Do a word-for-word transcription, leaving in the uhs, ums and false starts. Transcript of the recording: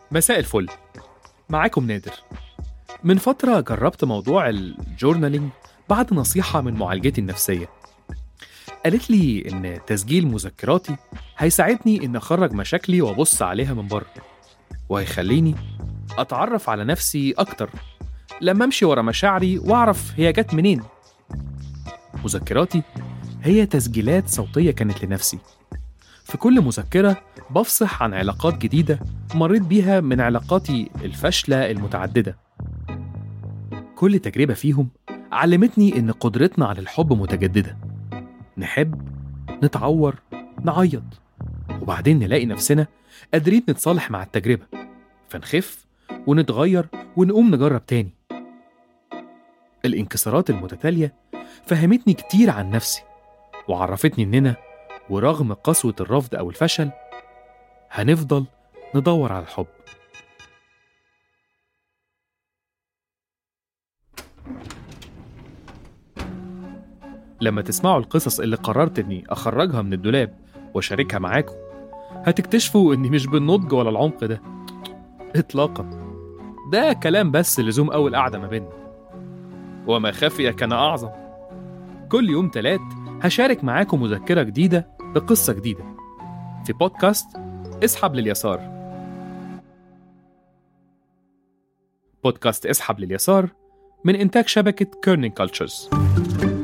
مساء الفل، معاكم نادر. من فترة جربت موضوع الجورنالينج بعد نصيحة من معالجتي النفسية. قالت لي إن تسجيل مذكراتي هيساعدني إن أخرج مشاكلي وأبص عليها من بره، وهيخليني أتعرف على نفسي أكتر لما أمشي ورا مشاعري وأعرف هي جت منين. مذكراتي هي تسجيلات صوتية كانت لنفسي. في كل مذكرة بفصح عن علاقات جديدة مريت بيها من علاقاتي الفاشلة المتعددة. كل تجربة فيهم علمتني إن قدرتنا على الحب متجددة، نحب، نتعور، نعيط، وبعدين نلاقي نفسنا قادرين نتصالح مع التجربة، فنخف ونتغير ونقوم نجرب تاني. الانكسارات المتتالية فهمتني كتير عن نفسي، وعرفتني إننا ورغم قسوة الرفض أو الفشل هنفضل ندور على الحب. لما تسمعوا القصص اللي قررت إني أخرجها من الدولاب وأشاركها معاكم هتكتشفوا إني مش بالنضج ولا العمق ده إطلاقا. ده كلام بس لزوم أول قعدة ما بيننا، وما خفي كان أعظم. كل يوم تلات هشارك معاكم مذكرة جديدة بقصة جديدة في بودكاست اسحب لليسار. بودكاست اسحب لليسار من إنتاج شبكة كيرنينج كولتشرز.